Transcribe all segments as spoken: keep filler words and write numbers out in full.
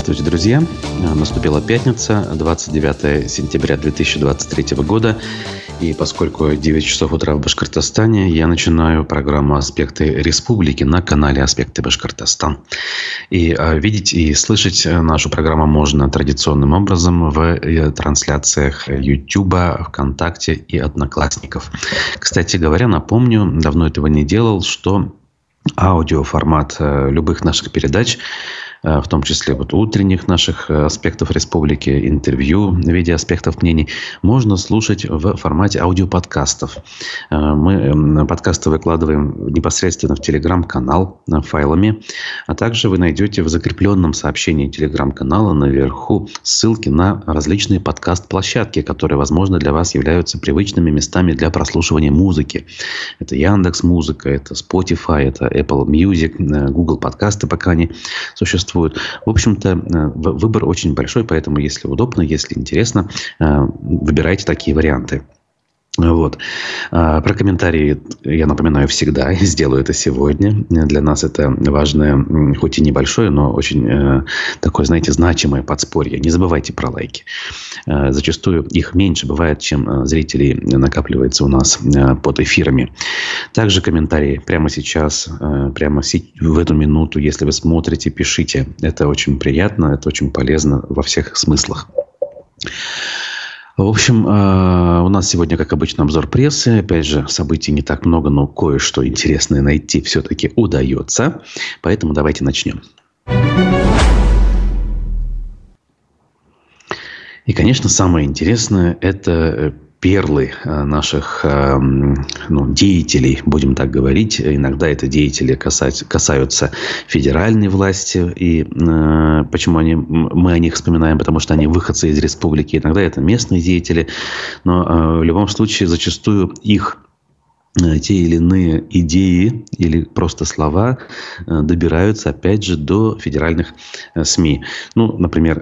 Здравствуйте, друзья! Наступила пятница, двадцать девятое сентября две тысячи двадцать третьего года. И поскольку девять часов утра в Башкортостане, я начинаю программу «Аспекты республики» на канале «Аспекты Башкортостан». И видеть и слышать нашу программу можно традиционным образом в трансляциях Ютуба, ВКонтакте и Одноклассников. Кстати говоря, напомню, давно этого не делал, что аудиоформат любых наших передач, в том числе вот утренних наших аспектов республики, интервью в виде аспектов мнений, можно слушать в формате аудиоподкастов. Мы подкасты выкладываем непосредственно в Телеграм-канал файлами, а также вы найдете в закрепленном сообщении Телеграм-канала наверху ссылки на различные подкаст-площадки, которые, возможно, для вас являются привычными местами для прослушивания музыки. Это Яндекс.Музыка, это Spotify, это Apple Music, Google подкасты, пока они существуют. В общем-то, выбор очень большой, поэтому, если удобно, если интересно, выбирайте такие варианты. Вот. Про комментарии я напоминаю всегда, сделаю это сегодня. Для нас это важное, хоть и небольшое, но очень такое, знаете, значимое подспорье. Не забывайте про лайки. Зачастую их меньше бывает, чем зрителей накапливается у нас под эфирами. Также комментарии прямо сейчас, прямо в эту минуту, если вы смотрите, пишите. Это очень приятно, это очень полезно во всех смыслах. В общем, у нас сегодня, как обычно, обзор прессы. Опять же, событий не так много, но кое-что интересное найти все-таки удается. Поэтому давайте начнем. И, конечно, самое интересное – это перлы наших ну, деятелей, будем так говорить. Иногда это деятели касаются, касаются федеральной власти. И э, почему они, мы о них вспоминаем? Потому что они выходцы из республики. Иногда это местные деятели. Но э, в любом случае зачастую их те или иные идеи или просто слова добираются, опять же, до федеральных СМИ. Ну, например,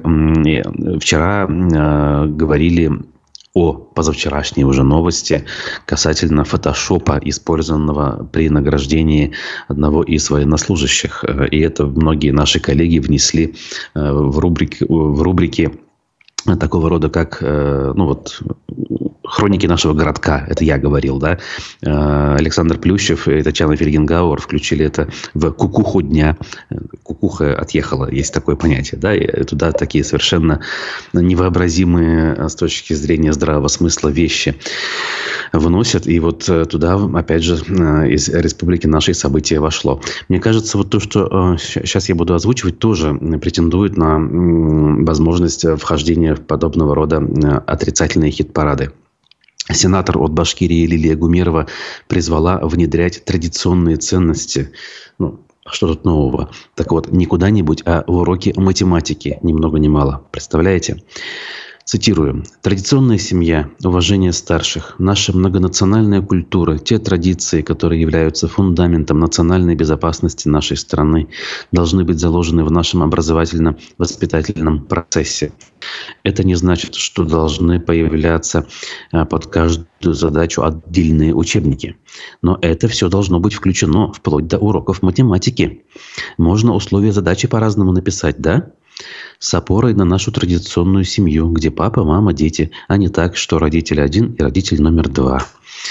вчера говорили о позавчерашней уже новости касательно фотошопа, использованного при награждении одного из военнослужащих. И это многие наши коллеги внесли в рубрики, в рубрики такого рода, как, ну вот, «Хроники нашего городка». Это я говорил, да. Александр Плющев и Татьяна Фельгенгауэр включили это в кукуху дня. Кукуха отъехала, есть такое понятие, да. И туда такие совершенно невообразимые с точки зрения здравого смысла вещи выносят. И вот туда, опять же, из республики нашей событие вошло. Мне кажется, вот то, что сейчас я буду озвучивать, тоже претендует на возможность вхождения в подобного рода отрицательные хит-парады. Сенатор от Башкирии Лилия Гумерова призвала внедрять традиционные ценности. Ну, что тут нового? Так вот, не куда-нибудь, а в уроки математики. Ни много ни мало. Представляете? Цитирую. «Традиционная семья, уважение старших, наша многонациональная культура, те традиции, которые являются фундаментом национальной безопасности нашей страны, должны быть заложены в нашем образовательно-воспитательном процессе. Это не значит, что должны появляться под каждую задачу отдельные учебники. Но это все должно быть включено вплоть до уроков математики. Можно условия задачи по-разному написать, да? С опорой на нашу традиционную семью, где папа, мама, дети, а не так, что родитель один и родитель номер два».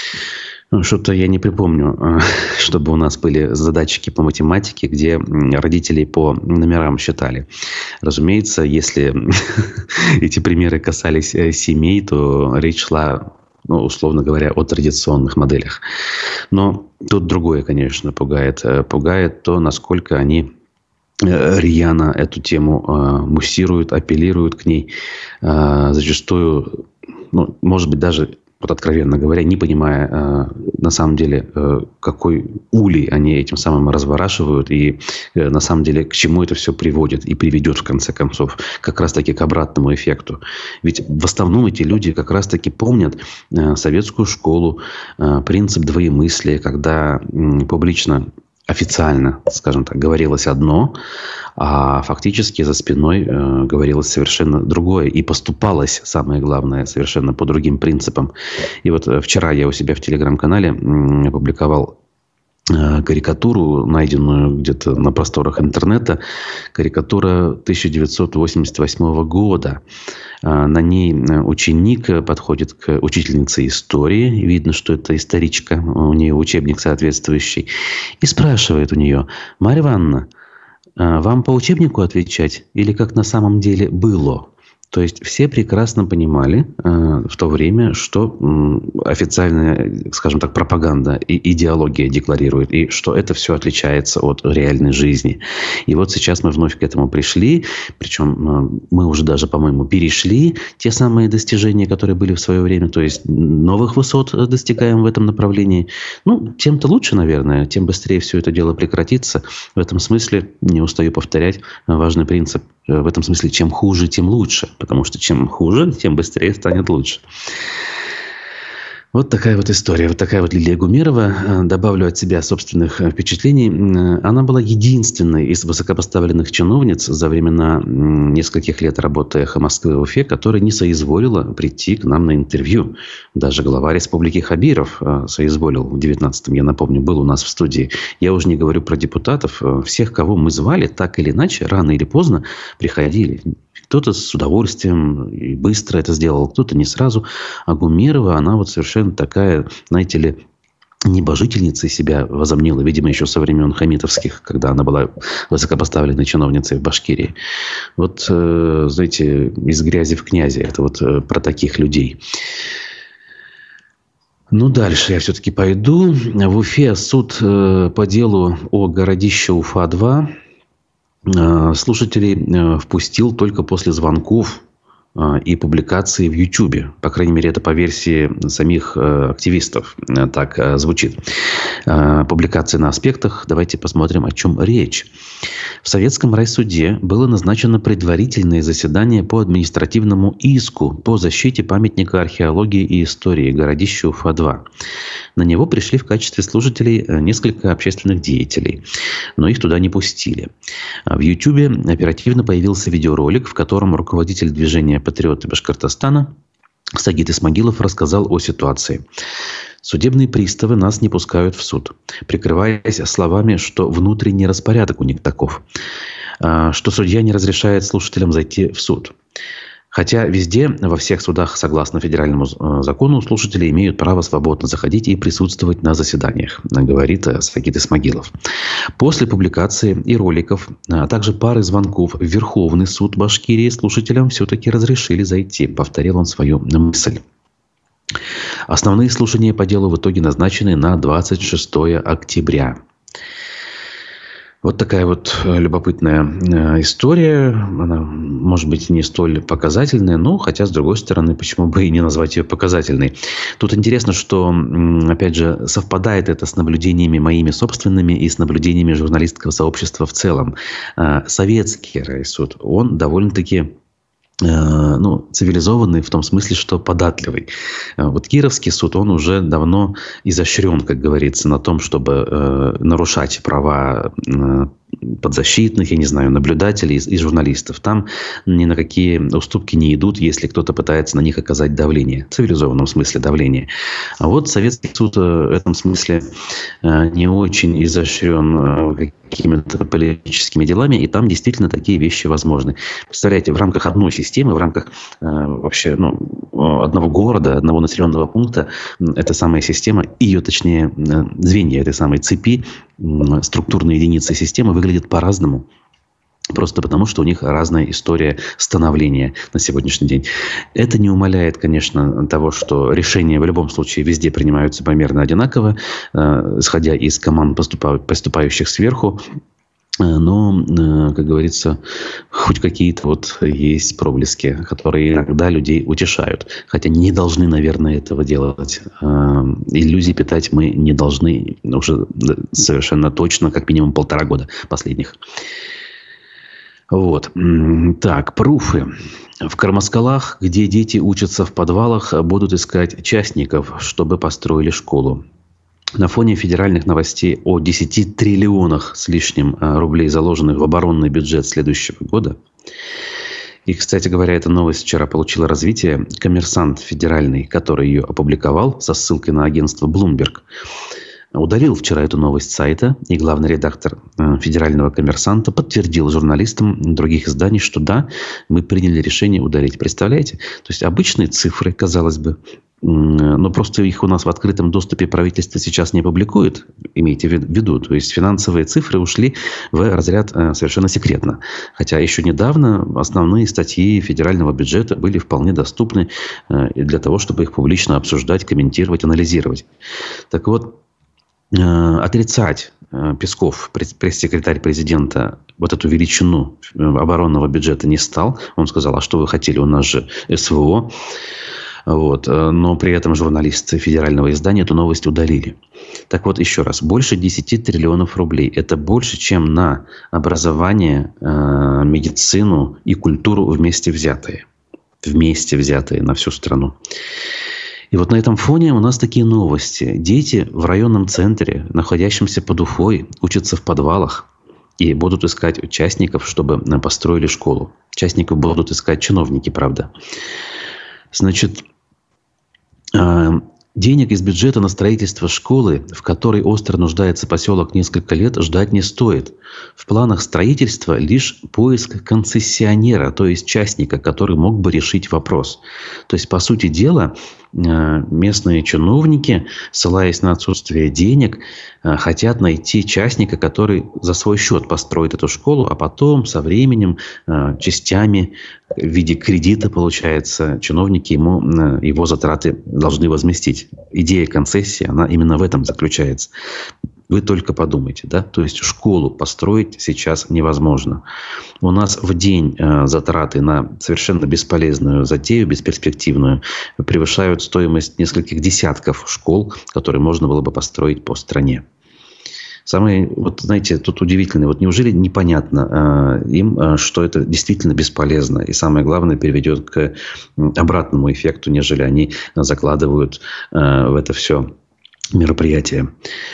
Ну, что-то я не припомню, чтобы у нас были задатчики по математике, где родителей по номерам считали. Разумеется, если эти примеры касались семей, то речь шла, ну, условно говоря, о традиционных моделях. Но тут другое, конечно, пугает. Пугает то, насколько они рьяно эту тему э, муссируют, апеллируют к ней, э, зачастую, ну, может быть, даже, вот откровенно говоря, не понимая э, на самом деле, э, какой улей они этим самым разворачивают и э, на самом деле к чему это все приводит и приведет в конце концов, как раз-таки к обратному эффекту. Ведь в основном эти люди как раз-таки помнят э, советскую школу, э, принцип двоемыслия, когда э, публично, официально, скажем так, говорилось одно, а фактически за спиной э, говорилось совершенно другое. И поступалось, самое главное, совершенно по другим принципам. И вот вчера я у себя в Телеграм-канале э, опубликовал карикатуру, найденную где-то на просторах интернета. Карикатура тысяча девятьсот восемьдесят восьмого года. На ней ученик подходит к учительнице истории. Видно, что это историчка. У нее учебник соответствующий. И спрашивает у нее: «Марья Ивановна, вам по учебнику отвечать или как на самом деле было?» То есть все прекрасно понимали э, в то время, что э, официальная, скажем так, пропаганда и идеология декларирует, и что это все отличается от реальной жизни. И вот сейчас мы вновь к этому пришли, причем э, мы уже даже, по-моему, перешли те самые достижения, которые были в свое время, то есть новых высот достигаем в этом направлении. Ну, тем-то лучше, наверное, тем быстрее все это дело прекратится. В этом смысле, не устаю повторять, важный принцип. В этом смысле, чем хуже, тем лучше. Потому что чем хуже, тем быстрее станет лучше. Вот такая вот история. Вот такая вот Лилия Гумерова. Добавлю от себя собственных впечатлений. Она была единственной из высокопоставленных чиновниц за времена нескольких лет работы «Эхо Москвы» в Уфе, которая не соизволила прийти к нам на интервью. Даже глава республики Хабиров соизволил в девятнадцатом, я напомню, был у нас в студии. Я уже не говорю про депутатов. Всех, кого мы звали, так или иначе, рано или поздно приходили. Кто-то с удовольствием и быстро это сделал, кто-то не сразу. А Гумерова, она вот совершенно такая, знаете ли, небожительницей себя возомнила, видимо, еще со времен хамитовских, когда она была высокопоставленной чиновницей в Башкирии. Вот, знаете, из грязи в князи. Это вот про таких людей. Ну, дальше я все-таки пойду. В Уфе суд по делу о городище Уфа-два слушателей впустил только после звонков и публикации в Ютубе. По крайней мере, это по версии самих активистов так звучит. Публикации на аспектах. Давайте посмотрим, о чем речь. В Советском райсуде было назначено предварительное заседание по административному иску по защите памятника археологии и истории городища Уфа-два. На него пришли в качестве слушателей несколько общественных деятелей, но их туда не пустили. В Ютубе оперативно появился видеоролик, в котором руководитель движения «Патриоты Башкортостана» Сагит Исмагилов рассказал о ситуации. Судебные приставы нас не пускают в суд, прикрываясь словами, что внутренний распорядок у них таков, что судья не разрешает слушателям зайти в суд. Хотя везде, во всех судах, согласно федеральному закону, слушатели имеют право свободно заходить и присутствовать на заседаниях, говорит Сагит Исмагилов. После публикации и роликов, а также пары звонков в Верховный суд Башкирии слушателям все-таки разрешили зайти, повторил он свою мысль. Основные слушания по делу в итоге назначены на двадцать шестое октября. Вот такая вот любопытная история. Она, может быть, не столь показательная, но хотя, с другой стороны, почему бы и не назвать ее показательной. Тут интересно, что, опять же, совпадает это с наблюдениями моими собственными и с наблюдениями журналистского сообщества в целом. Советский райсуд, он довольно-таки... ну, цивилизованный в том смысле, что податливый. Вот Кировский суд, он уже давно изощрен, как говорится, на том, чтобы э, нарушать права э, подзащитных, я не знаю, наблюдателей и журналистов. Там ни на какие уступки не идут, если кто-то пытается на них оказать давление. В цивилизованном смысле давление. А вот Советский суд в этом смысле не очень изощрен какими-то политическими делами, и там действительно такие вещи возможны. Представляете, в рамках одной системы, в рамках вообще ну, одного города, одного населенного пункта, эта самая система, ее, точнее, звенья этой самой цепи, структурные единицы системы выглядят по-разному. Просто потому, что у них разная история становления на сегодняшний день. Это не умаляет, конечно, того, что решения в любом случае везде принимаются примерно одинаково, исходя из команд, поступающих сверху. Но, как говорится, хоть какие-то вот есть проблески, которые иногда людей утешают. Хотя не должны, наверное, этого делать. Иллюзий питать мы не должны уже совершенно точно, как минимум полтора года последних. Вот. Так, пруфы. В Кармаскалах, где дети учатся в подвалах, будут искать частников, чтобы построили школу. На фоне федеральных новостей о десяти триллионах с лишним рублей, заложенных в оборонный бюджет следующего года. И, кстати говоря, эта новость вчера получила развитие. «Коммерсант» федеральный, который ее опубликовал со ссылкой на агентство Bloomberg, удалил вчера эту новость с сайта, и главный редактор «Федерального коммерсанта» подтвердил журналистам других изданий, что да, мы приняли решение удалить. Представляете? То есть обычные цифры, казалось бы, но просто их у нас в открытом доступе правительство сейчас не публикует, имейте в виду. То есть финансовые цифры ушли в разряд совершенно секретно. Хотя еще недавно основные статьи федерального бюджета были вполне доступны для того, чтобы их публично обсуждать, комментировать, анализировать. Так вот, отрицать Песков, пресс-секретарь президента, вот эту величину оборонного бюджета не стал. Он сказал, а что вы хотели, у нас же СВО. Вот. Но при этом журналисты федерального издания эту новость удалили. Так вот, еще раз. Больше десять триллионов рублей. Это больше, чем на образование, медицину и культуру вместе взятые. Вместе взятые на всю страну. И вот на этом фоне у нас такие новости. Дети в районном центре, находящемся под Уфой, учатся в подвалах. И будут искать участников, чтобы построили школу. Участников будут искать чиновники, правда. Значит, денег из бюджета на строительство школы, в которой остро нуждается поселок несколько лет, ждать не стоит. В планах строительства лишь поиск концессионера, то есть частника, который мог бы решить вопрос. То есть, по сути дела, местные чиновники, ссылаясь на отсутствие денег, хотят найти частника, который за свой счет построит эту школу, а потом со временем, частями, в виде кредита, получается, чиновники ему его затраты должны возместить. Идея концессии, она именно в этом заключается. Вы только подумайте, да? То есть школу построить сейчас невозможно. У нас в день э, затраты на совершенно бесполезную затею, бесперспективную, превышают стоимость нескольких десятков школ, которые можно было бы построить по стране. Самое, вот знаете, тут удивительно, вот неужели непонятно э, им, э, что это действительно бесполезно, и самое главное, приведет к обратному эффекту, нежели они закладывают э, в это все мероприятие.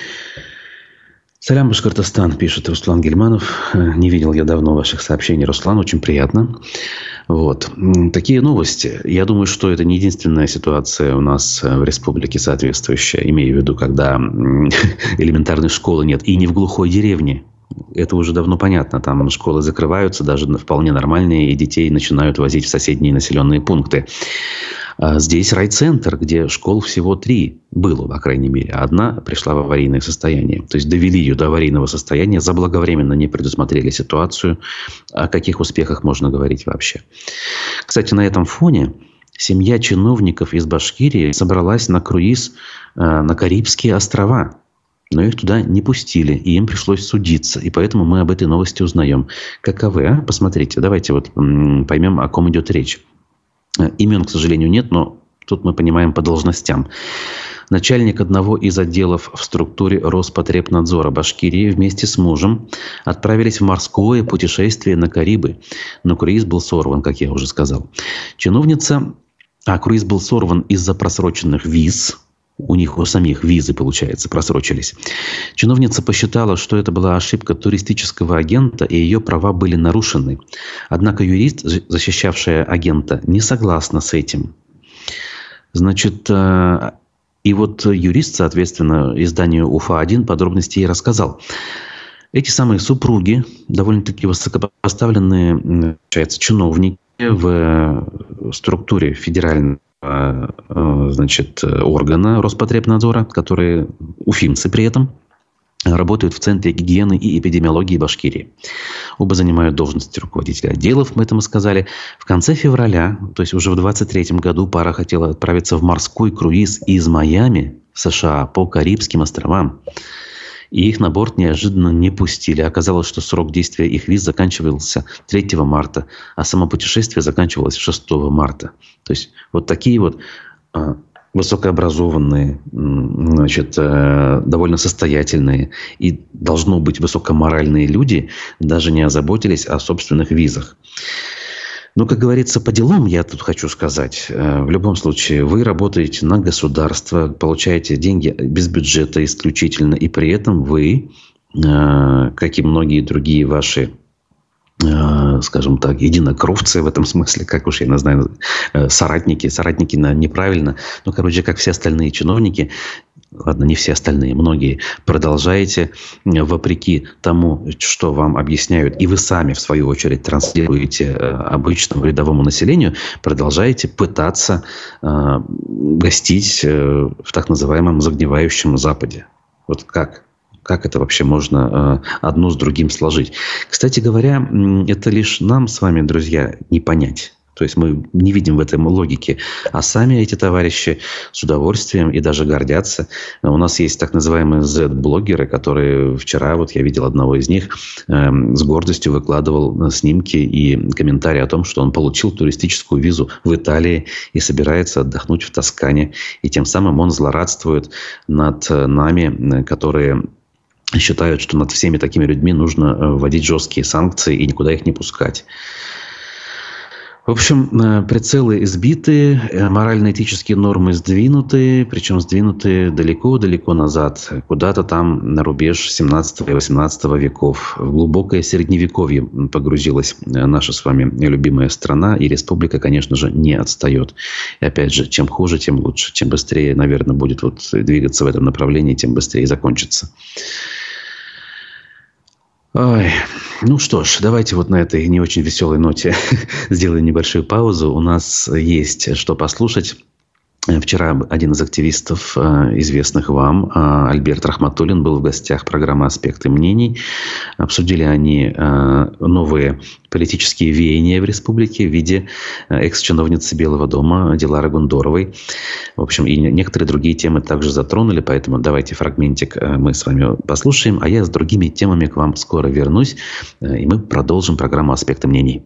Салям, Башкортостан, пишет Руслан Гельманов. Не видел я давно ваших сообщений, Руслан, очень приятно. Вот. Такие новости. Я думаю, что это не единственная ситуация у нас в республике соответствующая. Имею в виду, когда элементарной школы нет. И не в глухой деревне. Это уже давно понятно. Там школы закрываются, даже вполне нормальные, и детей начинают возить в соседние населенные пункты. А здесь райцентр, где школ всего три было, по крайней мере. А одна пришла в аварийное состояние. То есть довели ее до аварийного состояния, заблаговременно не предусмотрели ситуацию. О каких успехах можно говорить вообще? Кстати, на этом фоне семья чиновников из Башкирии собралась на круиз э, на Карибские острова. Но их туда не пустили, и им пришлось судиться. И поэтому мы об этой новости узнаем. Каковы, а? Посмотрите, давайте вот м- поймем, о ком идет речь. Имен, к сожалению, нет, но тут мы понимаем по должностям. Начальник одного из отделов в структуре Роспотребнадзора Башкирии вместе с мужем отправились в морское путешествие на Карибы. Но круиз был сорван, как я уже сказал. Чиновница... А, круиз был сорван из-за просроченных виз. У них у самих визы, получается, просрочились. Чиновница посчитала, что это была ошибка туристического агента, и ее права были нарушены. Однако юрист, защищавшая агента, не согласна с этим. Значит, и вот юрист, соответственно, изданию Уфа один подробности ей рассказал. Эти самые супруги, довольно-таки высокопоставленные, получается, чиновники в структуре федеральной, значит, органа Роспотребнадзора, которые уфимцы при этом, работают в Центре гигиены и эпидемиологии Башкирии. Оба занимают должности руководителя отделов, мы этому сказали. В конце февраля, то есть уже в двадцать третьем году, пара хотела отправиться в морской круиз из Майами в США по Карибским островам. И их на борт неожиданно не пустили. Оказалось, что срок действия их виз заканчивался третьего марта, а само путешествие заканчивалось шестого марта. То есть вот такие вот э, высокообразованные, значит, э, довольно состоятельные и, должно быть, высокоморальные люди даже не озаботились о собственных визах. Ну, как говорится, по делам я тут хочу сказать. В любом случае, вы работаете на государство, получаете деньги без бюджета исключительно, и при этом вы, как и многие другие ваши, скажем так, единокровцы в этом смысле, как уж я не знаю, соратники, соратники неправильно, но, короче, как все остальные чиновники, ладно, не все остальные, многие, продолжаете, вопреки тому, что вам объясняют, и вы сами, в свою очередь, транслируете обычному рядовому населению, продолжаете пытаться э, гостить э, в так называемом загнивающем Западе. Вот как? Как это вообще можно э, одно с другим сложить? Кстати говоря, это лишь нам с вами, друзья, не понять. То есть мы не видим в этом логики. А сами эти товарищи с удовольствием и даже гордятся. У нас есть так называемые зет-блогеры, которые вчера, вот я видел одного из них, э, с гордостью выкладывал снимки и комментарии о том, что он получил туристическую визу в Италии и собирается отдохнуть в Тоскане. И тем самым он злорадствует над нами, которые считают, что над всеми такими людьми нужно вводить жесткие санкции и никуда их не пускать. В общем, прицелы избиты, морально-этические нормы сдвинуты, причем сдвинуты далеко-далеко назад, куда-то там на рубеж семнадцатого и восемнадцатого веков. В глубокое средневековье погрузилась наша с вами любимая страна, и республика, конечно же, не отстает. И опять же, чем хуже, тем лучше. Чем быстрее, наверное, будет вот двигаться в этом направлении, тем быстрее закончится. Ой. Ну что ж, давайте вот на этой не очень веселой ноте сделаем небольшую паузу. У нас есть что послушать. Вчера один из активистов, известных вам, Альберт Рахматуллин, был в гостях программы «Аспекты мнений». Обсудили они новые политические веяния в республике в виде экс-чиновницы Белого дома Дилары Гундоровой. В общем, и некоторые другие темы также затронули, поэтому давайте фрагментик мы с вами послушаем, а я с другими темами к вам скоро вернусь, и мы продолжим программу «Аспекты мнений».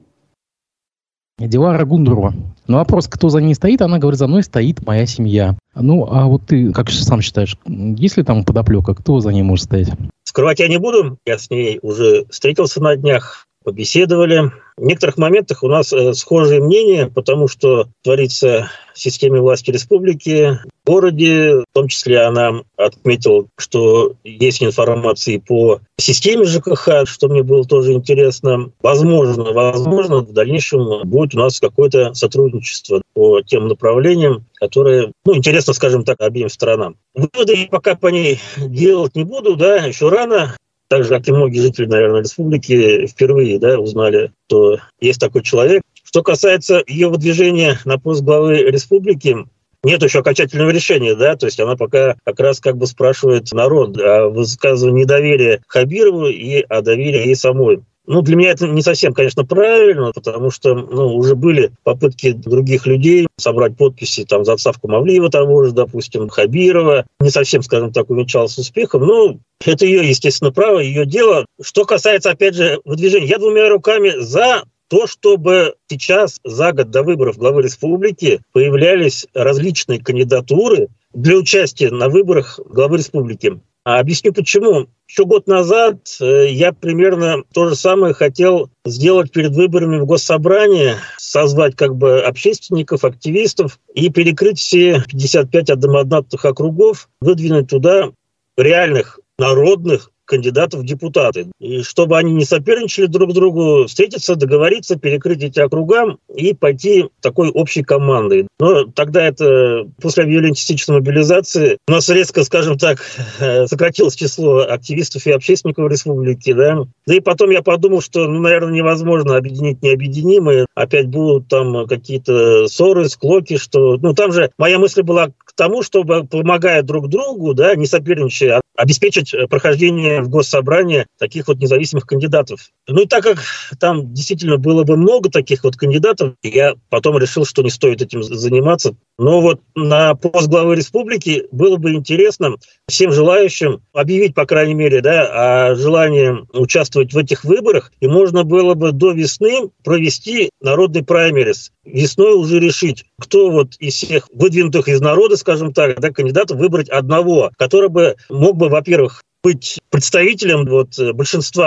Дилара Гундорова. На вопрос, кто за ней стоит, она говорит: за мной стоит моя семья. Ну, а вот ты, как сам считаешь, есть ли там подоплека, кто за ней может стоять? Скрывать я не буду. Я с ней уже встретился на днях, побеседовали. В некоторых моментах у нас э, схожие мнения, потому что творится в системе власти республики, в городе. В том числе она отметила, что есть информации по системе ЖКХ, что мне было тоже интересно. Возможно, возможно, в дальнейшем будет у нас какое-то сотрудничество по тем направлениям, которые, ну, интересно, скажем так, обеим сторонам. Выводы я пока по ней делать не буду, да, еще рано. Так же, как и многие жители, наверное, республики впервые, да, узнали, что есть такой человек. Что касается ее выдвижения на пост главы республики, нет еще окончательного решения, да, то есть она пока как раз как бы спрашивает народ о высказывании недоверия Хабирову и о доверии ей самой. Ну, для меня это не совсем, конечно, правильно, потому что, ну, уже были попытки других людей собрать подписи там за отставку Мавлиева того же, допустим, Хабирова. Не совсем, скажем так, увенчалось успехом. Ну, это ее, естественно, право, ее дело. Что касается, опять же, выдвижения, я двумя руками за то, чтобы сейчас, за год до выборов главы республики, появлялись различные кандидатуры для участия на выборах главы республики. А объясню почему. Еще год назад я примерно то же самое хотел сделать перед выборами в Госсобрание, созвать как бы общественников, активистов и перекрыть все пятьдесят пять одномандатных округов, выдвинуть туда реальных народных кандидатов в депутаты. И чтобы они не соперничали друг другу, встретиться, договориться, перекрыть эти округа и пойти такой общей командой. Но тогда это после объявления частичной мобилизации у нас резко, скажем так, сократилось число активистов и общественников республики. Да, да и потом я подумал, что, ну, наверное, невозможно объединить необъединимые. Опять будут там какие-то ссоры, склоки, что... Ну, там же моя мысль была к тому, чтобы, помогая друг другу, да, не соперничая, обеспечить прохождение в Госсобрание таких вот независимых кандидатов. Ну и так как там действительно было бы много таких вот кандидатов, я потом решил, что не стоит этим заниматься. Но вот на пост главы республики было бы интересно всем желающим объявить, по крайней мере, да, о желании участвовать в этих выборах, и можно было бы до весны провести народный праймерис. Весной уже решить, кто вот из всех выдвинутых из народа, скажем так, да, кандидатов выбрать одного, который бы мог бы, во-первых, быть представителем вот большинства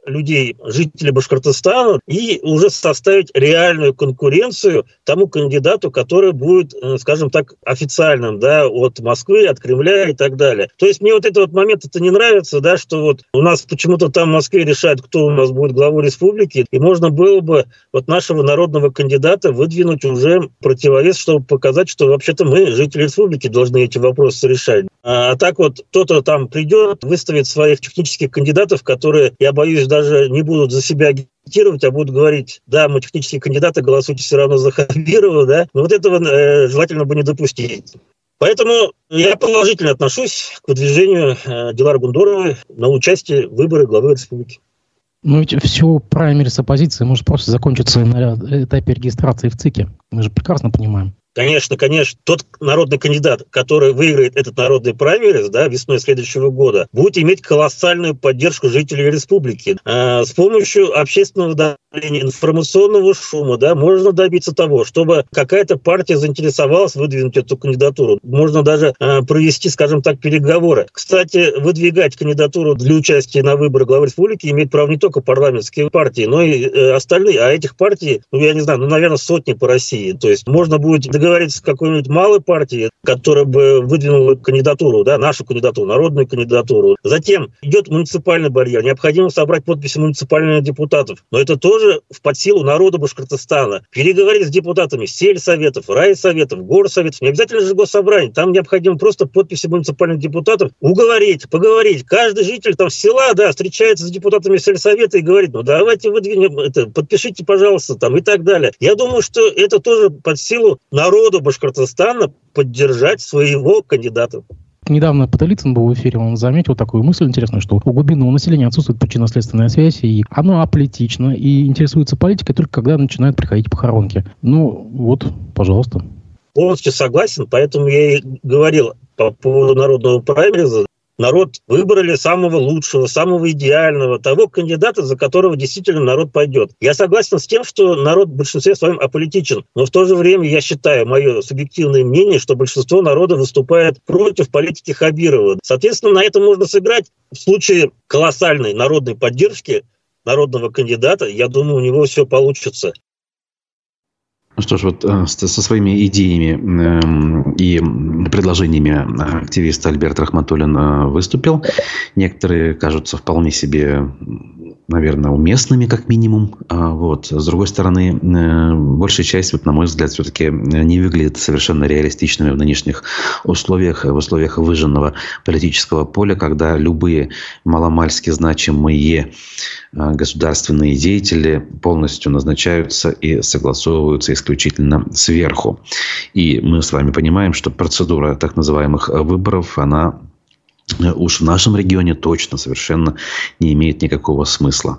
людей, жителей Башкортостана, и уже составить реальную конкуренцию тому кандидату, который будет, скажем так, официальным, да, от Москвы, от Кремля и так далее. То есть мне вот этот вот момент это не нравится, да, что вот у нас почему-то там в Москве решают, кто у нас будет главой республики, и можно было бы вот нашего народного кандидата выдвинуть уже противовес, чтобы показать, что вообще-то мы, жители республики, должны эти вопросы решать. А так вот кто-то там придет, выставит своих технических кандидатов, которые, я боюсь, даже не будут за себя агитировать, а будут говорить: да, мы технические кандидаты, голосуйте все равно за Хабирова, да. Но вот этого э, желательно бы не допустить. Поэтому я положительно отношусь к выдвижению э, Дилары Гундоровой на участие в выборах главы республики. Но ведь все праймерис оппозиции может просто закончиться на этапе регистрации в ЦИКе. Мы же прекрасно понимаем. Конечно, конечно, тот народный кандидат, который выиграет этот народный праймерис, да, весной следующего года, будет иметь колоссальную поддержку жителей республики. А с помощью общественного давления, информационного шума, да, можно добиться того, чтобы какая-то партия заинтересовалась выдвинуть эту кандидатуру. Можно даже а, провести, скажем так, переговоры. Кстати, выдвигать кандидатуру для участия на выборах главы республики имеют право не только парламентские партии, но и э, остальные. А этих партий, ну, я не знаю, ну, наверное, сотни по России. То есть можно будет договориться с какой-нибудь малой партией, которая бы выдвинула кандидатуру, да, нашу кандидатуру, народную кандидатуру. Затем идет муниципальный барьер. Необходимо собрать подписи муниципальных депутатов. Но это тоже в под силу народа Башкортостана. Переговорить с депутатами сельсоветов, райсоветов, горсоветов. Не обязательно же госсобрание. Там необходимо просто подписи муниципальных депутатов. Уговорить, поговорить. Каждый житель там села, да, встречается с депутатами сельсовета и говорит: ну давайте выдвинем это, подпишите, пожалуйста, там и так далее. Я думаю, что это тоже под силу народу Башкортостана поддержать своего кандидата. Недавно Потылицын был в эфире, он заметил такую мысль интересную, что у глубинного населения отсутствует причинно-следственная связь, и оно аполитично, и интересуется политикой только когда начинают приходить похоронки. Ну, вот, пожалуйста. Полностью согласен, поэтому я и говорил по поводу народного праймериза. Народ выбрали самого лучшего, самого идеального, того кандидата, за которого действительно народ пойдет. Я согласен с тем, что народ в большинстве своем аполитичен, но в то же время я считаю, мое субъективное мнение, что большинство народа выступает против политики Хабирова. Соответственно, на это можно сыграть. В случае колоссальной народной поддержки народного кандидата, я думаю, у него все получится. Ну что ж, вот э, со своими идеями э, и предложениями активист Альберт Рахматуллин э, выступил. Некоторые кажутся вполне себе, наверное, уместными, как минимум. А вот. С другой стороны, э, большая часть, вот, на мой взгляд, все-таки не выглядит совершенно реалистичными в нынешних условиях, в условиях выжженного политического поля, когда любые маломальски значимые государственные деятели полностью назначаются и согласовываются исключительно сверху. И мы с вами понимаем, что процедура так называемых выборов, она уж в нашем регионе точно совершенно не имеет никакого смысла.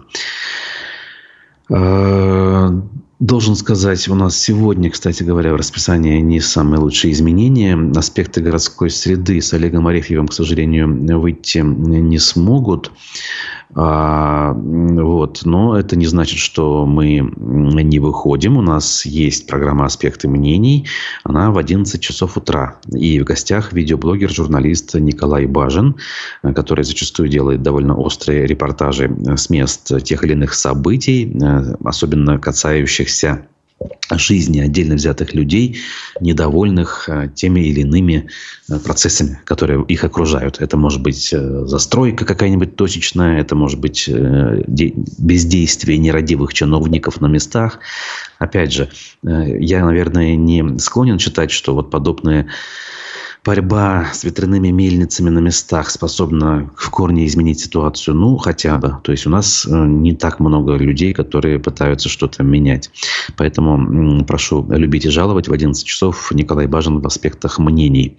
Должен сказать, у нас сегодня, кстати говоря, в расписании не самые лучшие изменения. Аспекты городской среды с Олегом Арефьевым, к сожалению, выйти не смогут. А, вот. Но это не значит, что мы не выходим. У нас есть программа «Аспекты мнений». Она в одиннадцать часов утра. И в гостях видеоблогер, журналист Николай Бажин, который зачастую делает довольно острые репортажи с мест тех или иных событий, особенно касающихся жизни отдельно взятых людей, недовольных теми или иными процессами, которые их окружают. Это может быть застройка какая-нибудь точечная, это может быть бездействие нерадивых чиновников на местах. Опять же, я, наверное, не склонен считать, что вот подобные борьба с ветряными мельницами на местах способна в корне изменить ситуацию. Ну, хотя бы. То есть у нас не так много людей, которые пытаются что-то менять. Поэтому прошу любить и жаловать. В одиннадцать часов Николай Бажин в аспектах мнений.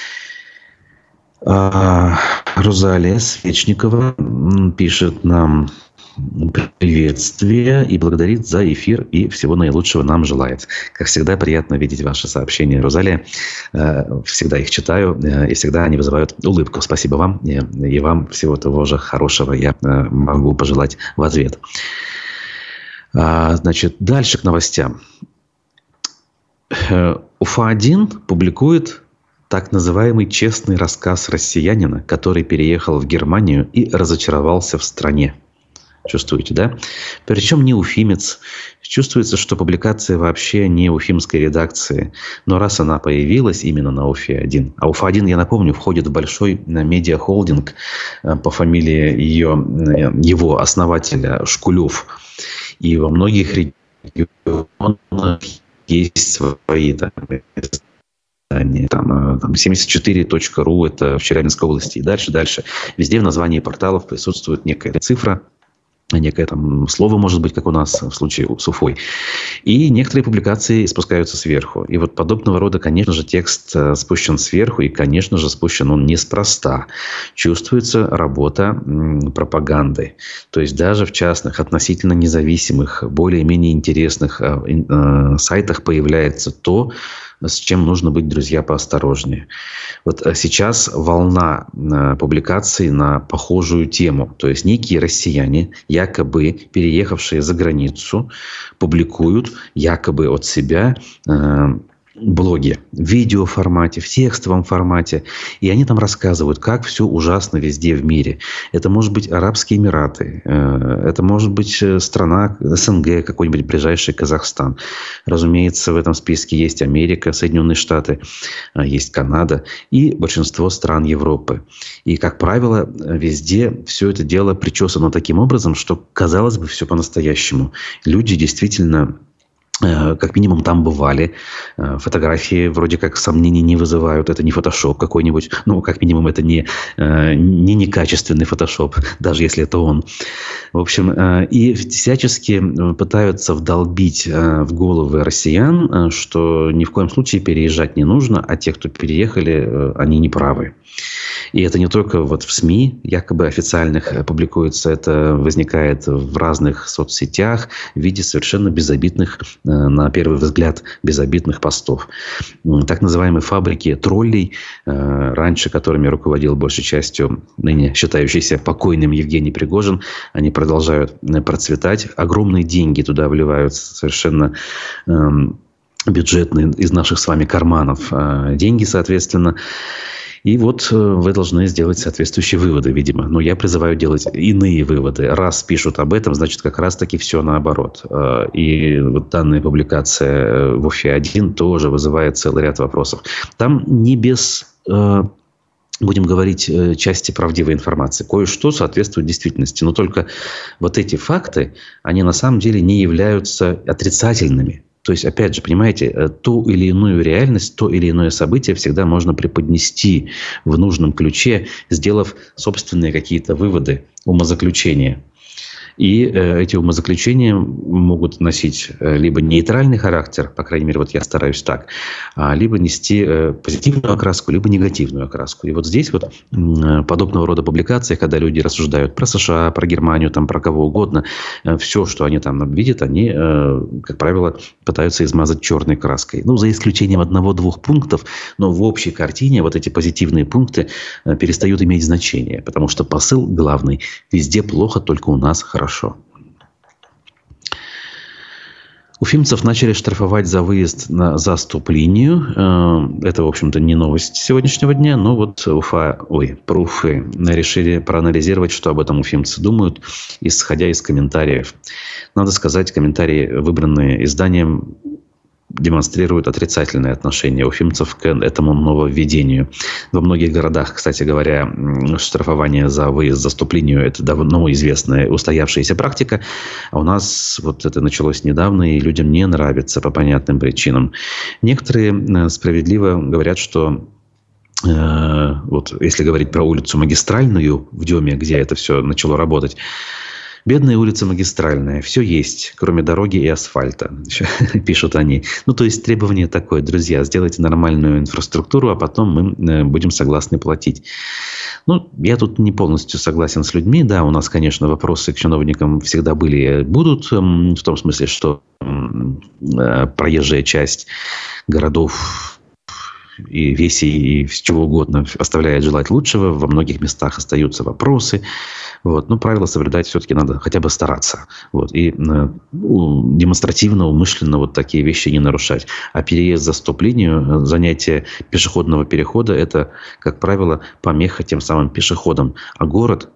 Розалия Свечникова пишет нам приветствие и благодарит за эфир и всего наилучшего нам желает. Как всегда, приятно видеть ваши сообщения, Розалия. Всегда их читаю, и всегда они вызывают улыбку. Спасибо вам, и вам всего того же хорошего я могу пожелать в ответ. Значит, дальше к новостям. Уфа один публикует так называемый честный рассказ россиянина, который переехал в Германию и разочаровался в стране. Чувствуете, да? Причем не уфимец. Чувствуется, что публикация вообще не уфимской редакции. Но раз она появилась именно на Уфе один. А Уфа один, я напомню, входит в большой медиахолдинг по фамилии ее, его основателя Шкулев. И во многих регионах есть свои там, Там, там семьдесят четыре точка ру, это в Челябинской области, и дальше, дальше. Везде в названии порталов присутствует некая цифра, некое там слово, может быть, как у нас в случае с Уфой. И некоторые публикации спускаются сверху. И вот подобного рода, конечно же, текст спущен сверху, и, конечно же, спущен он неспроста. Чувствуется работа м, пропаганды. То есть даже в частных, относительно независимых, более-менее интересных э, э, сайтах появляется то, с чем нужно быть, друзья, поосторожнее. Вот сейчас волна публикаций на похожую тему. То есть некие россияне, якобы переехавшие за границу, публикуют якобы от себя э, блоги в видеоформате, в текстовом формате. И они там рассказывают, как все ужасно везде в мире. Это может быть Арабские Эмираты, это может быть страна СНГ, какой-нибудь ближайший Казахстан. Разумеется, в этом списке есть Америка, Соединенные Штаты, есть Канада и большинство стран Европы. И, как правило, везде все это дело причесано таким образом, что, казалось бы, все по-настоящему. Люди действительно как минимум там бывали. Фотографии вроде как сомнений не вызывают. Это не фотошоп какой-нибудь. Ну, как минимум, это не, не некачественный фотошоп, даже если это он. В общем, и всячески пытаются вдолбить в головы россиян, что ни в коем случае переезжать не нужно, а те, кто переехали, они не правы. И это не только вот в СМИ, якобы официальных, публикуется, это возникает в разных соцсетях в виде совершенно безобидных, на первый взгляд, безобидных постов. Так называемые фабрики троллей, раньше которыми руководил большей частью ныне считающийся покойным Евгений Пригожин, они продолжают процветать. Огромные деньги туда вливаются совершенно бюджетные из наших с вами карманов деньги, соответственно. И вот вы должны сделать соответствующие выводы, видимо. Но я призываю делать иные выводы. Раз пишут об этом, значит, как раз-таки все наоборот. И вот данная публикация в Уфе один тоже вызывает целый ряд вопросов. Там не без, будем говорить, части правдивой информации. Кое-что соответствует действительности. Но только вот эти факты, они на самом деле не являются отрицательными. То есть, опять же, понимаете, ту или иную реальность, то или иное событие всегда можно преподнести в нужном ключе, сделав собственные какие-то выводы, умозаключения. И э, эти умозаключения могут носить э, либо нейтральный характер, по крайней мере, вот я стараюсь так, а, либо нести э, позитивную окраску, либо негативную окраску. И вот здесь вот э, подобного рода публикации, когда люди рассуждают про США, про Германию, там, про кого угодно, э, все, что они там видят, они, э, как правило, пытаются измазать черной краской. Ну, за исключением одного-двух пунктов, но в общей картине вот эти позитивные пункты э, перестают иметь значение, потому что посыл главный – везде плохо, только у нас хорошо. Хорошо. Уфимцев начали штрафовать за выезд на заступ-линию. Это, в общем-то, не новость сегодняшнего дня, но вот Уфа, ой, про Уфы решили проанализировать, что об этом уфимцы думают, исходя из комментариев. Надо сказать, комментарии, выбранные изданием, демонстрируют отрицательное отношение уфимцев к этому нововведению. Во многих городах, кстати говоря, штрафование за выезд за заступ-линию – это давно известная устоявшаяся практика. А у нас вот это началось недавно, и людям не нравится по понятным причинам. Некоторые справедливо говорят, что э, вот если говорить про улицу Магистральную в Деме, где это все начало работать, бедная улица Магистральная. Все есть, кроме дороги и асфальта, пишут они. Ну, то есть, требование такое, друзья, сделайте нормальную инфраструктуру, а потом мы будем согласны платить. Ну, я тут не полностью согласен с людьми. Да, у нас, конечно, вопросы к чиновникам всегда были и будут. В том смысле, что проезжая часть городов и весей, и чего угодно оставляет желать лучшего. Во многих местах остаются вопросы. Вот. Но правила соблюдать все-таки надо хотя бы стараться. Вот. И э, демонстративно, умышленно вот такие вещи не нарушать. А переезд за стоп-линию, занятие пешеходного перехода – это, как правило, помеха тем самым пешеходам. А город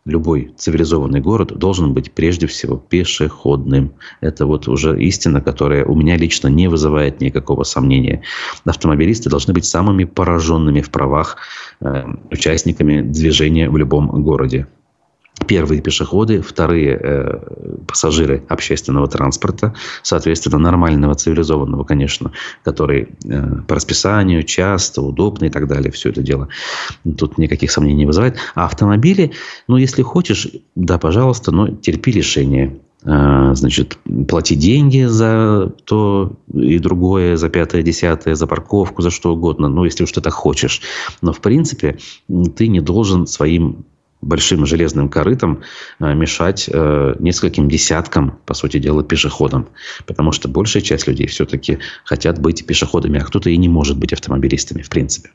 любой цивилизованный город должен быть прежде всего пешеходным. Это вот уже истина, которая у меня лично не вызывает никакого сомнения. Автомобилисты должны быть самыми пораженными в правах э, участниками движения в любом городе. Первые пешеходы, вторые э, пассажиры общественного транспорта, соответственно, нормального, цивилизованного, конечно, который э, по расписанию, часто, удобно и так далее. Все это дело тут никаких сомнений не вызывает. А автомобили, ну, если хочешь, да, пожалуйста, но терпи лишение. Э, значит, плати деньги за то и другое, за пятое, десятое, за парковку, за что угодно. Ну, если уж ты так хочешь. Но, в принципе, ты не должен своим большим железным корытом мешать э, нескольким десяткам, по сути дела, пешеходам. Потому что большая часть людей все-таки хотят быть пешеходами, а кто-то и не может быть автомобилистами, в принципе.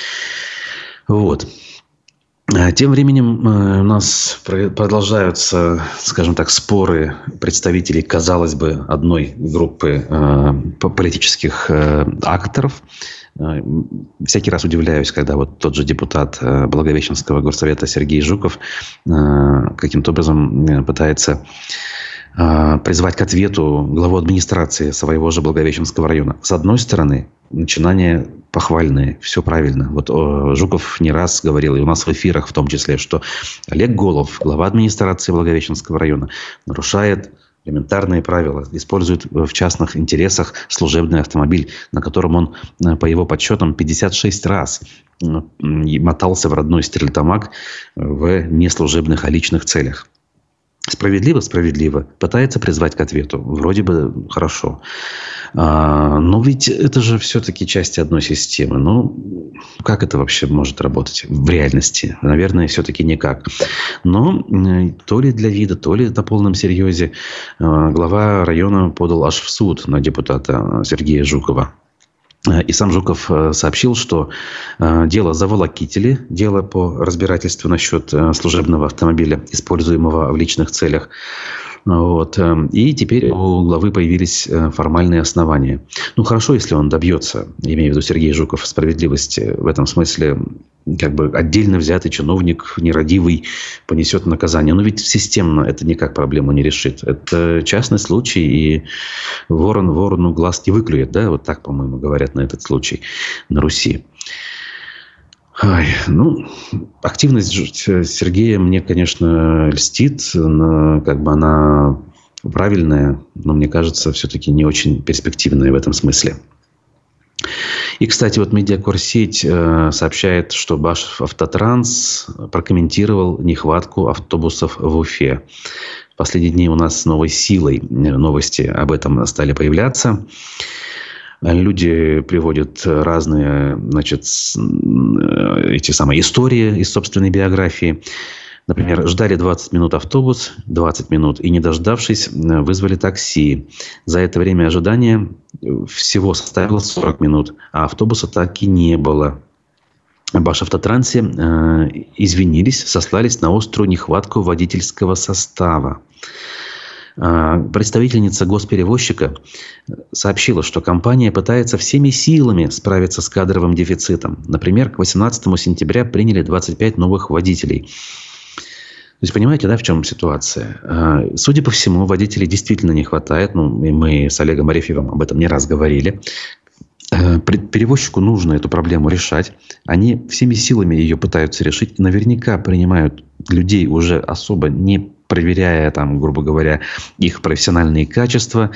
Вот. Тем временем э, у нас продолжаются, скажем так, споры представителей, казалось бы, одной группы э, политических э, акторов. Всякий раз удивляюсь, когда вот тот же депутат Благовещенского горсовета Сергей Жуков каким-то образом пытается призвать к ответу главу администрации своего же Благовещенского района. С одной стороны, начинания похвальные, все правильно. Вот Жуков не раз говорил, и у нас в эфирах в том числе, что Олег Голов, глава администрации Благовещенского района, нарушает элементарные правила, использует в частных интересах служебный автомобиль, на котором он, по его подсчетам, пятьдесят шесть раз мотался в родной Стерлитамак в неслужебных, а личных целях. Справедливо, справедливо. Пытается призвать к ответу. Вроде бы хорошо. А, но ведь это же все-таки часть одной системы. Ну, как это вообще может работать в реальности? Наверное, все-таки никак. Но то ли для вида, то ли на полном серьезе глава района подал аж в суд на депутата Сергея Жукова. И сам Жуков сообщил, что дело заволокитили, дело по разбирательству насчет служебного автомобиля, используемого в личных целях. Вот. И теперь у главы появились формальные основания. Ну, хорошо, если он добьется, имею в виду Сергей Жуков, справедливости. В этом смысле, как бы отдельно взятый чиновник, нерадивый, понесет наказание. Но ведь системно это никак проблему не решит. Это частный случай, и ворон ворону глаз не выклюет. Да? Вот так, по-моему, говорят на этот случай на Руси. Ой, ну, активность Сергея мне, конечно, льстит. Но, как бы она правильная, но, мне кажется, все-таки не очень перспективная в этом смысле. И, кстати, вот Медиакорсеть э, сообщает, что Башавтотранс прокомментировал нехватку автобусов в Уфе. В последние дни у нас с новой силой новости об этом стали появляться. Люди приводят разные, значит, эти самые истории из собственной биографии. Например, ждали двадцать минут автобус, двадцать минут, и, не дождавшись, вызвали такси. За это время ожидания всего составило сорок минут, а автобуса так и не было. В Башавтотрансе э, извинились, сослались на острую нехватку водительского состава. Представительница госперевозчика сообщила, что компания пытается всеми силами справиться с кадровым дефицитом. Например, к восемнадцатому сентября приняли двадцать пять новых водителей. То есть, понимаете, да, в чем ситуация? Судя по всему, водителей действительно не хватает. Ну, и мы с Олегом Арефьевым об этом не раз говорили. Перевозчику нужно эту проблему решать. Они всеми силами ее пытаются решить. Наверняка принимают людей, уже особо не проверяя, там, грубо говоря, их профессиональные качества.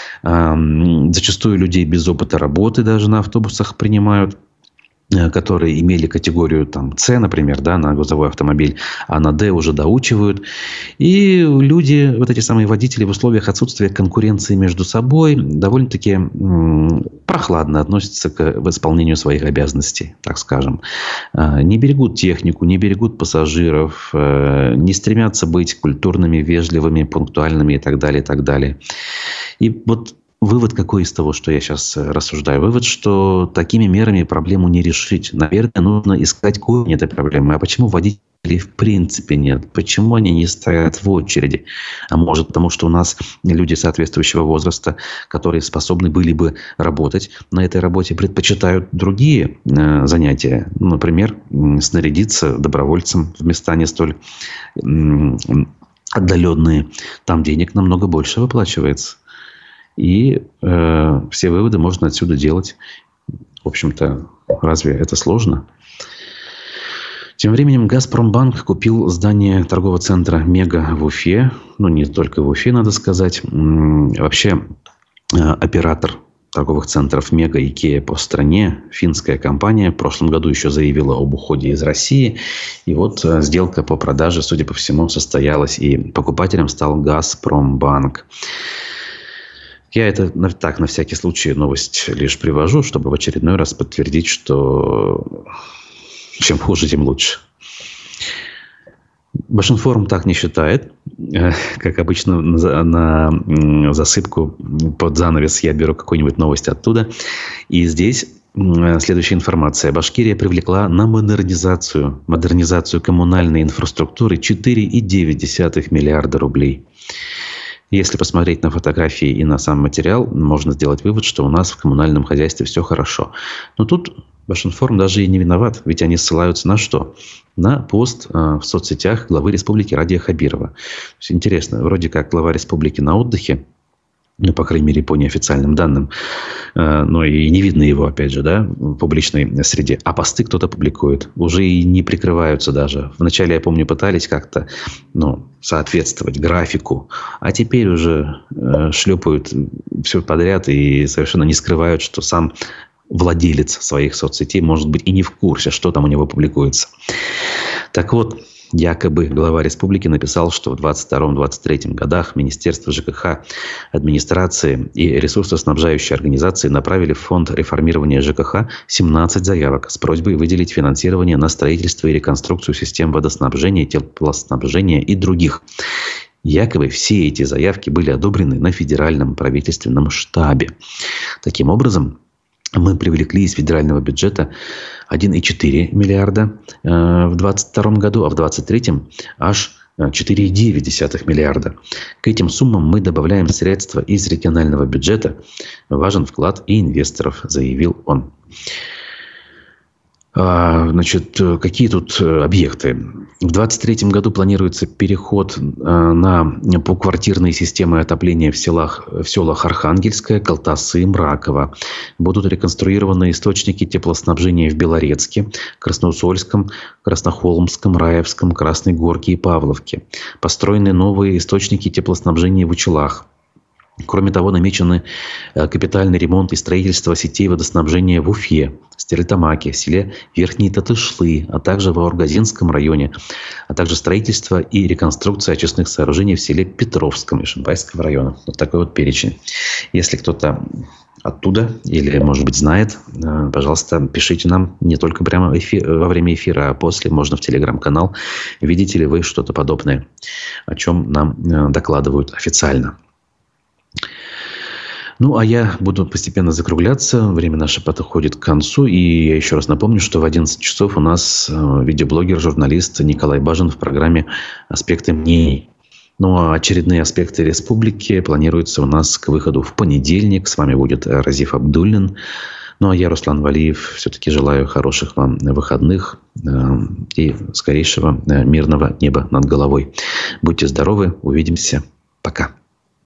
Зачастую людей без опыта работы даже на автобусах принимают, которые имели категорию там, С, например, да, на грузовой автомобиль, а на Д уже доучивают. И люди, вот эти самые водители, в условиях отсутствия конкуренции между собой довольно-таки м- прохладно относятся к исполнению своих обязанностей, так скажем. Не берегут технику, не берегут пассажиров, не стремятся быть культурными, вежливыми, пунктуальными и так далее, и так далее. И вот вывод какой из того, что я сейчас рассуждаю? Вывод, что такими мерами проблему не решить. Наверное, нужно искать корень этой проблемы. А почему водителей в принципе нет? Почему они не стоят в очереди? А может, потому что у нас люди соответствующего возраста, которые способны были бы работать на этой работе, предпочитают другие э, занятия. Например, снарядиться добровольцем в места не столь э, отдаленные. Там денег намного больше выплачивается. И э, все выводы можно отсюда делать. В общем-то, разве это сложно? Тем временем «Газпромбанк» купил здание торгового центра «Мега» в Уфе. Ну, не только в Уфе, надо сказать. Вообще, э, оператор торговых центров «Мега» и «Икеа» по стране, финская компания, в прошлом году еще заявила об уходе из России. И вот э, сделка по продаже, судя по всему, состоялась. И покупателем стал «Газпромбанк». Я это так, на всякий случай, новость лишь привожу, чтобы в очередной раз подтвердить, что чем хуже, тем лучше. Башинформ так не считает. Как обычно, на, на засыпку под занавес я беру какую-нибудь новость оттуда. И здесь следующая информация. Башкирия привлекла на модернизацию, модернизацию коммунальной инфраструктуры четыре целых девять десятых миллиарда рублей. Если посмотреть на фотографии и на сам материал, можно сделать вывод, что у нас в коммунальном хозяйстве все хорошо. Но тут Башинформ даже и не виноват, ведь они ссылаются на что? На пост э, в соцсетях главы республики Радия Хабирова. То есть, интересно, вроде как глава республики на отдыхе, ну, по крайней мере, по неофициальным данным, э, но и не видно его, опять же, да, в публичной среде. А посты кто-то публикует, уже и не прикрываются даже. Вначале, я помню, пытались как-то, ну, соответствовать графику, а теперь уже э, шлепают все подряд и совершенно не скрывают, что сам владелец своих соцсетей может быть и не в курсе, что там у него публикуется. Так вот, якобы глава республики написал, что в двадцать втором — двадцать третьем годах Министерство ЖКХ, администрации и ресурсоснабжающие организации направили в фонд реформирования ЖКХ семнадцать заявок с просьбой выделить финансирование на строительство и реконструкцию систем водоснабжения, теплоснабжения и других. Якобы все эти заявки были одобрены на федеральном правительственном штабе. Таким образом, мы привлекли из федерального бюджета один целых четыре десятых миллиарда э, в двадцать втором году, а в двадцать третьем аж четыре целых девять десятых миллиарда. К этим суммам мы добавляем средства из регионального бюджета. Важен вклад и инвесторов, заявил он. Значит, какие тут объекты? В двадцать третьем году планируется переход на поквартирные системы отопления в селах, в селах Архангельское, Колтасы, Мраково. Будут реконструированы источники теплоснабжения в Белорецке, Красноусольском, Краснохолмском, Раевском, Красной Горке и Павловке. Построены новые источники теплоснабжения в Учелах. Кроме того, намечены капитальный ремонт и строительство сетей водоснабжения в Уфе, Стерлитамаке, селе Верхние Татышлы, а также в Аургазинском районе, а также строительство и реконструкция очистных сооружений в селе Петровском Ишимбайского района. Вот такой вот перечень. Если кто-то оттуда или, может быть, знает, пожалуйста, пишите нам не только прямо эфир, во время эфира, а после, можно в телеграм-канал. Видите ли вы что-то подобное, о чем нам докладывают официально. Ну, а я буду постепенно закругляться. Время наше подходит к концу. И я еще раз напомню, что в одиннадцать часов у нас видеоблогер, журналист Николай Бажин в программе «Аспекты мнений». Ну, а очередные аспекты республики планируются у нас к выходу в понедельник. С вами будет Разиф Абдуллин. Ну, а я, Руслан Валиев, все-таки желаю хороших вам выходных и скорейшего мирного неба над головой. Будьте здоровы. Увидимся. Пока.